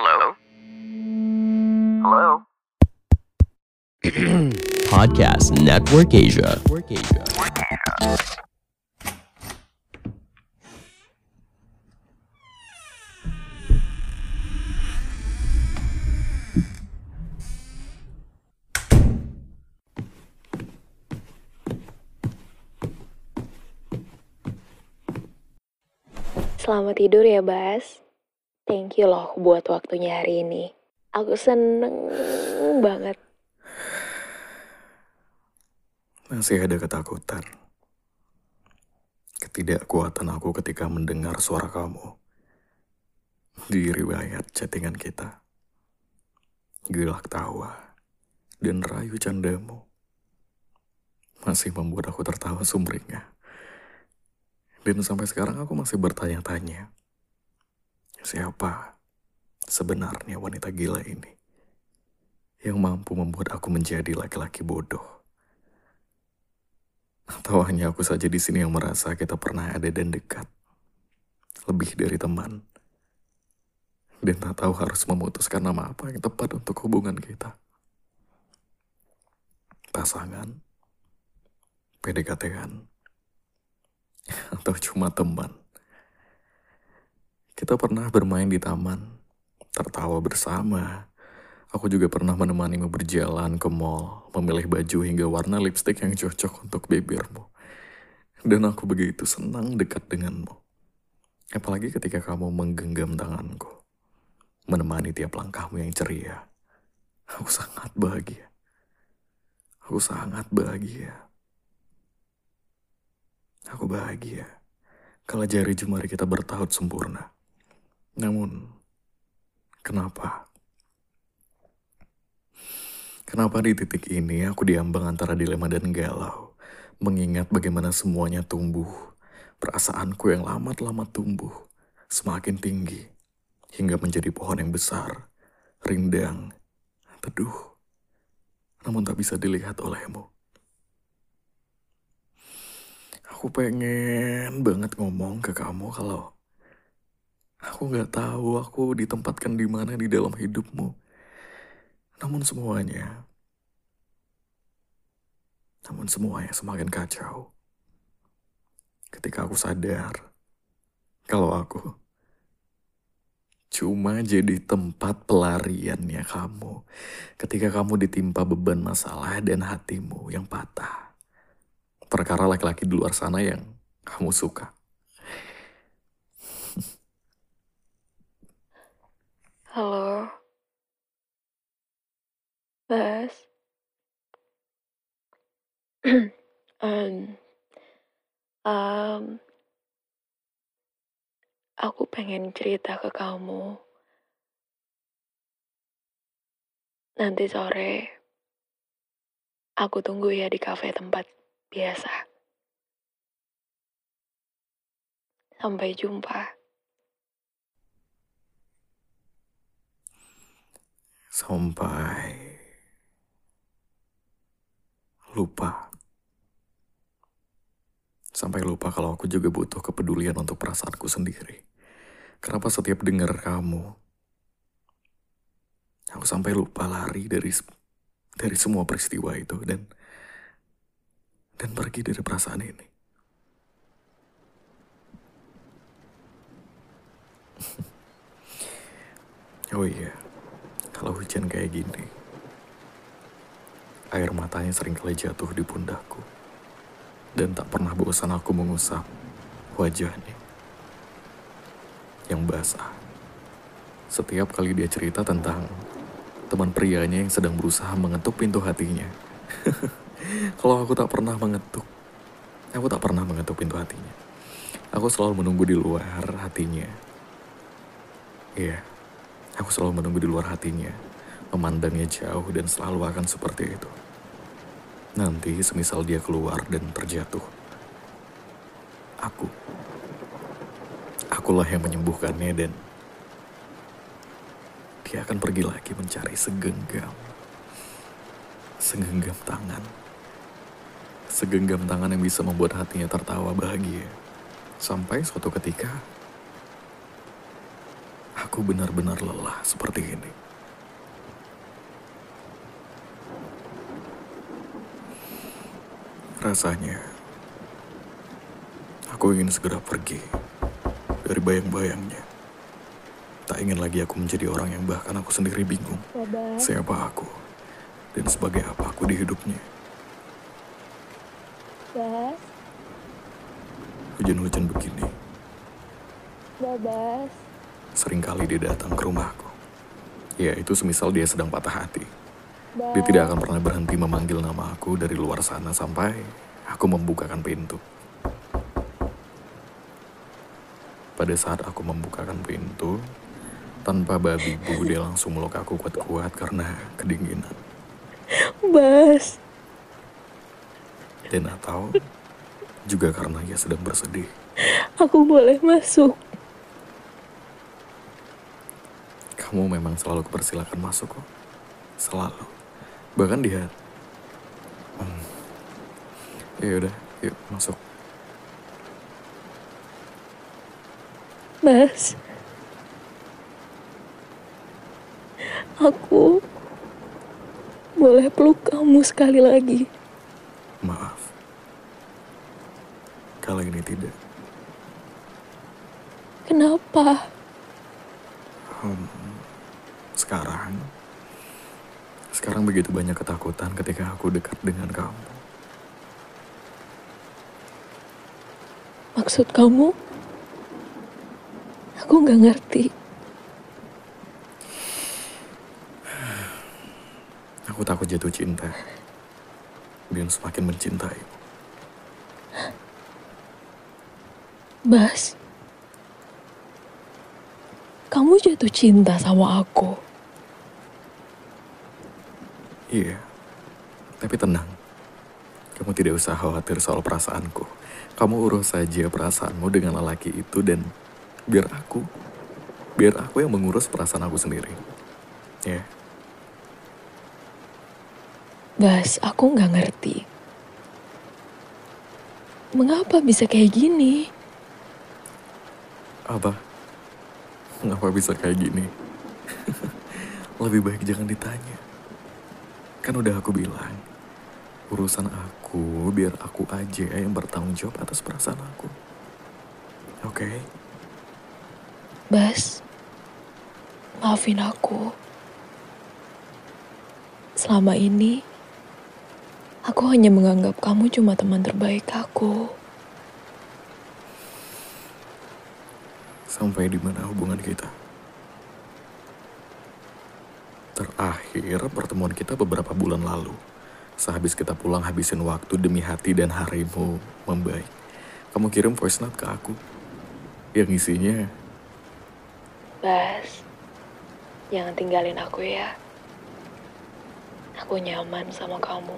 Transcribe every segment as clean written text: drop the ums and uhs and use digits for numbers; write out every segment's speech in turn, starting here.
Hello? Hello? Podcast Network Asia. Selamat tidur ya, Bas. Thank you loh buat waktunya hari ini. Aku seneng banget. Masih ada ketakutan. Ketidakkuatan aku ketika mendengar suara kamu di riwayat chattingan kita. Gelak tawa dan rayu candamu masih membuat aku tertawa sumringah. Dan sampai sekarang aku masih bertanya-tanya, siapa sebenarnya wanita gila ini yang mampu membuat aku menjadi laki-laki bodoh? Atau hanya aku saja di sini yang merasa kita pernah ada dan dekat, lebih dari teman, dan tak tahu harus memutuskan nama apa yang tepat untuk hubungan kita. Pasangan, PDKT-an, atau cuma teman. Kita pernah bermain di taman, tertawa bersama. Aku juga pernah menemanimu berjalan ke mall, memilih baju hingga warna lipstik yang cocok untuk bibirmu. Dan aku begitu senang dekat denganmu. Apalagi ketika kamu menggenggam tanganku, menemani tiap langkahmu yang ceria. Aku sangat bahagia. Aku sangat bahagia. Aku bahagia kalau jari jemari kita bertaut sempurna. Namun, kenapa? Kenapa di titik ini aku diambang antara dilema dan galau, mengingat bagaimana semuanya tumbuh, perasaanku yang lama-lama tumbuh, semakin tinggi, hingga menjadi pohon yang besar, rindang, teduh, namun tak bisa dilihat olehmu. Aku pengen banget ngomong ke kamu kalau aku gak tahu aku ditempatkan di mana di dalam hidupmu. Namun semuanya semakin kacau ketika aku sadar kalau aku cuma jadi tempat pelariannya kamu ketika kamu ditimpa beban masalah dan hatimu yang patah. Perkara laki-laki di luar sana yang kamu suka. Halo, Bas. Em, em, aku pengen cerita ke kamu. Nanti sore, aku tunggu ya di kafe tempat biasa. Sampai jumpa. Sampai lupa. Sampai lupa kalau aku juga butuh kepedulian untuk perasaanku sendiri. Kenapa setiap dengar kamu, aku sampai lupa lari dari semua peristiwa itu dan pergi dari perasaan ini. Oh iya, kalau hujan kayak gini, air matanya sering kali jatuh di pundakku. Dan tak pernah bosan aku mengusap wajahnya yang basah. Setiap kali dia cerita tentang teman prianya yang sedang berusaha mengetuk pintu hatinya. Kalau aku tak pernah mengetuk pintu hatinya. Aku selalu menunggu di luar hatinya. Iya, aku selalu menunggu di luar hatinya, memandangnya jauh dan selalu akan seperti itu. Nanti semisal dia keluar dan terjatuh, akulah yang menyembuhkannya dan dia akan pergi lagi mencari segenggam tangan yang bisa membuat hatinya tertawa bahagia. Sampai suatu ketika, aku benar-benar lelah seperti ini. Rasanya, aku ingin segera pergi dari bayang-bayangnya. Tak ingin lagi aku menjadi orang yang bahkan aku sendiri bingung. Bas, Siapa aku dan sebagai apa aku di hidupnya. Bas, Hujan-hujan begini, Bas, seringkali dia datang ke rumahku. Ya, itu semisal dia sedang patah hati. Bas. Dia tidak akan pernah berhenti memanggil nama aku dari luar sana sampai aku membukakan pintu. Pada saat aku membukakan pintu, tanpa babi bu, dia langsung meluk aku kuat-kuat karena kedinginan. Bas, Dan atau juga karena ia sedang bersedih. aku boleh masuk. Kamu memang selalu kupersilakan masuk kok. Selalu. Bahkan dia. Ya udah, yuk masuk. Bas, aku boleh peluk kamu sekali lagi. Maaf. Kali ini tidak. Kenapa? Sekarang begitu banyak ketakutan ketika aku dekat dengan kamu. Maksud kamu? Aku gak ngerti. Aku takut jatuh cinta. Dan semakin mencintai. Bas, kamu jatuh cinta sama aku. Iya. Tapi tenang. Kamu tidak usah khawatir soal perasaanku. Kamu urus saja perasaanmu dengan lelaki itu dan biar aku yang mengurus perasaan aku sendiri. Ya. Bas, aku gak ngerti. Mengapa bisa kayak gini? Apa? Ngapa bisa kayak gini? Lebih baik jangan ditanya. Kan udah aku bilang, urusan aku biar aku aja yang bertanggung jawab atas perasaan aku. Oke? Bas, maafin aku. Selama ini, aku hanya menganggap kamu cuma teman terbaik aku. Sampai di mana hubungan kita? Terakhir pertemuan kita beberapa bulan lalu. Sehabis kita pulang habisin waktu demi hati dan harimu membaik. Kamu kirim voice note ke aku. Yang isinya, Bas, jangan tinggalin aku ya. Aku nyaman sama kamu.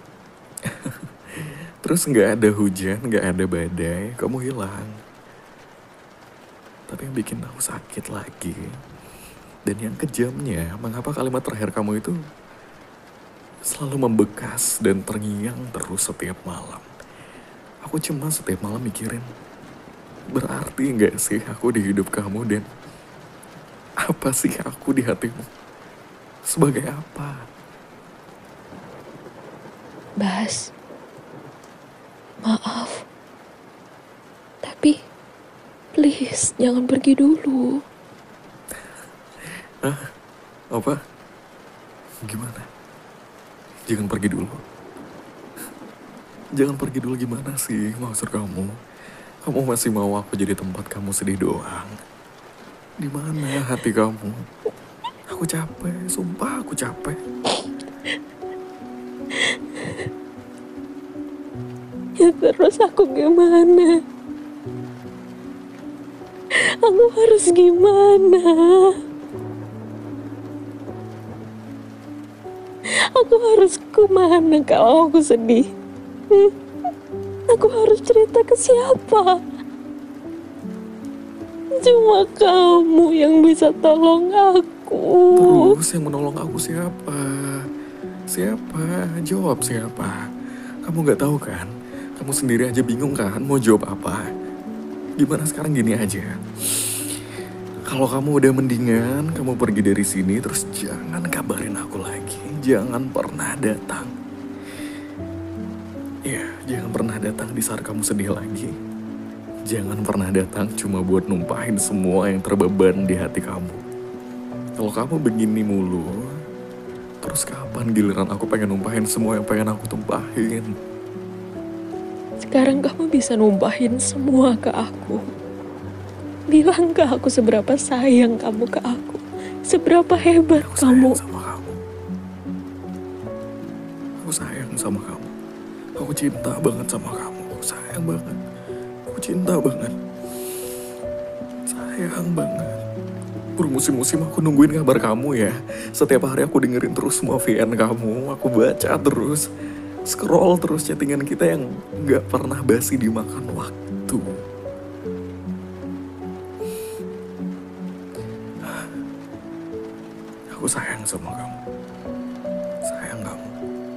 terus gak ada hujan, gak ada badai, kamu hilang. Tapi yang bikin aku sakit lagi, dan yang kejamnya, mengapa kalimat terakhir kamu itu selalu membekas dan terngiang terus setiap malam. Aku cemas setiap malam mikirin, berarti gak sih aku di hidup kamu dan apa sih aku di hatimu? Sebagai apa? Bas, maaf. Tapi, please, jangan pergi dulu. Apa? Gimana? Jangan pergi dulu. Jangan pergi dulu gimana sih maksud kamu? Kamu masih mau aku jadi tempat kamu sedih doang? Di mana hati kamu? Aku capek, sumpah aku capek. Ya terus aku gimana? Aku harus gimana? Aku harus kemana kalau aku sedih? Aku harus cerita ke siapa? Cuma kamu yang bisa tolong aku. Terus yang menolong aku siapa? Siapa? Jawab siapa? Kamu gak tahu kan? Kamu sendiri aja bingung kan mau jawab apa? Gimana sekarang gini aja? Kalau kamu udah mendingan, kamu pergi dari sini, terus jangan kabarin aku lagi. Jangan pernah datang. Ya, jangan pernah datang di saat kamu sedih lagi. Jangan pernah datang cuma buat numpahin semua yang terbeban di hati kamu. Kalau kamu begini mulu, terus kapan giliran aku pengen numpahin semua yang pengen aku tumpahin? Sekarang kamu bisa numpahin semua ke aku. Bilang ke aku seberapa sayang kamu ke aku. Seberapa hebat Aku kamu. sayang sama kamu. Aku sayang sama kamu. Aku cinta banget sama kamu. Aku sayang banget. Aku cinta banget. Sayang banget. Bermusim-musim aku nungguin kabar kamu ya. Setiap hari aku dengerin terus semua VN kamu. Aku baca terus. Scroll terus chattingan kita yang gak pernah basi dimakan waktu. Aku sayang sama kamu. Sayang kamu.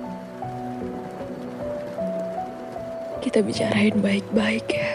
Kita bicarain baik-baik ya.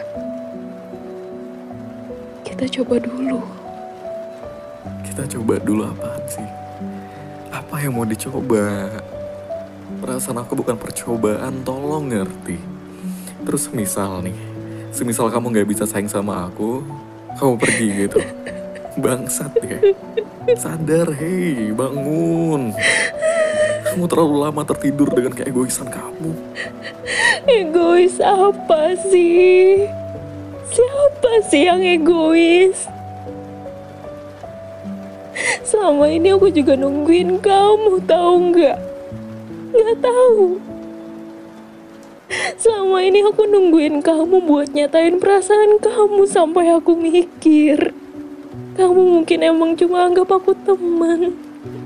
Kita coba dulu. Kita coba dulu apaan sih? Apa yang mau dicoba? Perasaan aku bukan percobaan, tolong ngerti. Terus semisal kamu gak bisa sayang sama aku, kamu pergi gitu. Bangsat ya. Sadar, hei, bangun. Kamu terlalu lama tertidur dengan keegoisan kamu. Egois apa sih? Siapa sih yang egois? Selama ini aku juga nungguin kamu, tahu nggak? Nggak tahu. Selama ini aku nungguin kamu buat nyatain perasaan kamu sampai aku mikir. Kamu mungkin emang cuma anggap aku teman.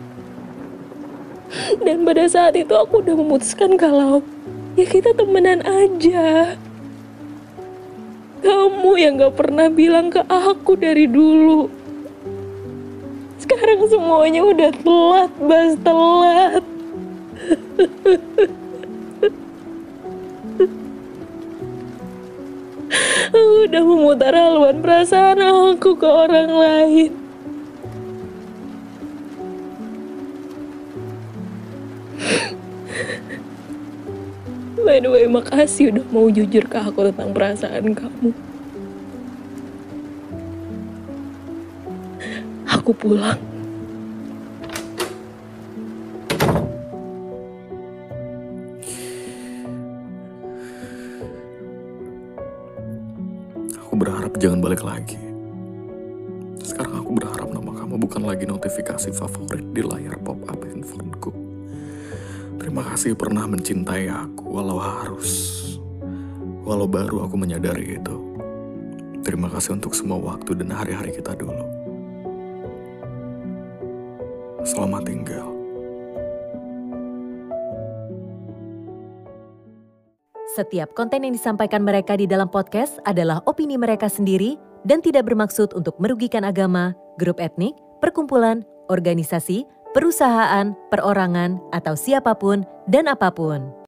Dan pada saat itu aku udah memutuskan kalau ya kita temenan aja. Kamu yang gak pernah bilang ke aku dari dulu. Sekarang semuanya udah telat, Bas, telat. Udah memutar haluan perasaan aku ke orang lain. By the way, makasih udah mau jujur ke aku tentang perasaan kamu. Aku pulang. Aku berharap jangan balik lagi. Sekarang aku berharap nama kamu bukan lagi notifikasi favorit di layar pop-up handphoneku. Terima kasih pernah mencintai aku walau baru aku menyadari itu. Terima kasih untuk semua waktu dan hari-hari kita dulu. Selamat tinggal. Setiap konten yang disampaikan mereka di dalam podcast adalah opini mereka sendiri dan tidak bermaksud untuk merugikan agama, grup etnik, perkumpulan, organisasi, perusahaan, perorangan, atau siapapun dan apapun.